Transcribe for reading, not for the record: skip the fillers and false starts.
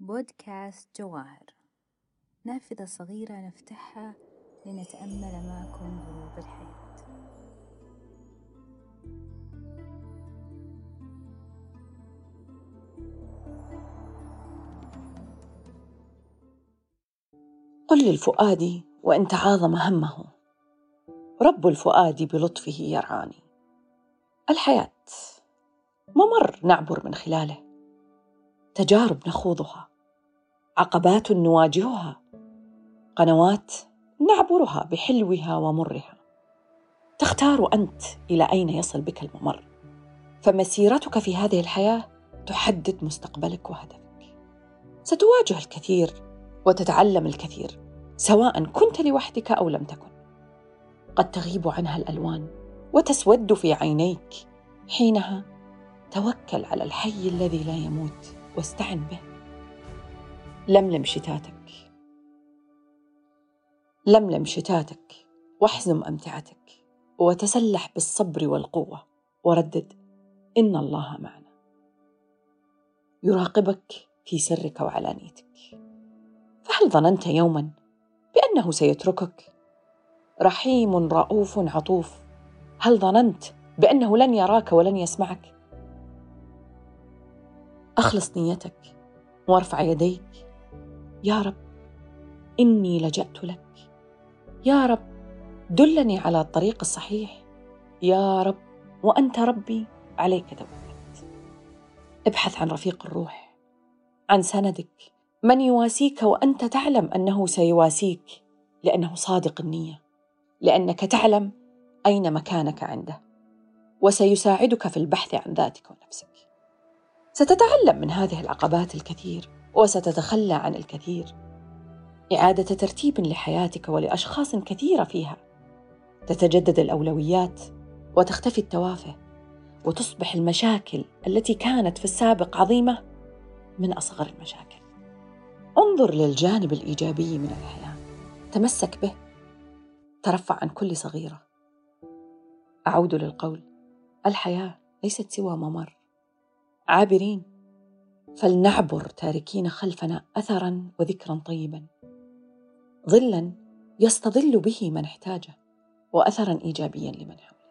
بودكاست جواهر، نافذة صغيرة نفتحها لنتأمل معكم غروب الحياة. قل للفؤاد وإن تعاظم همه، رب الفؤاد بلطفه يرعاني. الحياة ممر نعبر من خلاله، تجارب نخوضها، عقبات نواجهها، قنوات نعبرها بحلوها ومرها. تختار أنت إلى أين يصل بك الممر، فمسيرتك في هذه الحياة تحدد مستقبلك وهدفك. ستواجه الكثير وتتعلم الكثير، سواء كنت لوحدك أو لم تكن. قد تغيب عنها الألوان وتسود في عينيك، حينها توكل على الحي الذي لا يموت واستعن به. لملم شتاتك واحزم أمتعتك، وتسلح بالصبر والقوة، وردد إن الله معنا، يراقبك في سرك وعلانيتك. فهل ظننت يوما بأنه سيتركك؟ رحيم رؤوف عطوف. هل ظننت بأنه لن يراك ولن يسمعك؟ أخلص نيتك وارفع يديك. يا رب إني لجأت لك، يا رب دلني على الطريق الصحيح، يا رب وأنت ربي عليك توكلت. ابحث عن رفيق الروح، عن سندك، من يواسيك وأنت تعلم أنه سيواسيك، لأنه صادق النية، لأنك تعلم أين مكانك عنده، وسيساعدك في البحث عن ذاتك ونفسك. ستتعلم من هذه العقبات الكثير، وستتخلى عن الكثير. إعادة ترتيب لحياتك ولأشخاص كثيرة فيها. تتجدد الأولويات وتختفي التوافه، وتصبح المشاكل التي كانت في السابق عظيمة من أصغر المشاكل. انظر للجانب الإيجابي من الحياة، تمسك به، ترفع عن كل صغيرة. أعود للقول: الحياة ليست سوى ممر، عابرين، فلنعبر تاركين خلفنا أثراً وذكراً طيباً، ظلاً يستظل به من احتاجه، وأثراً إيجابياً لمن حوله.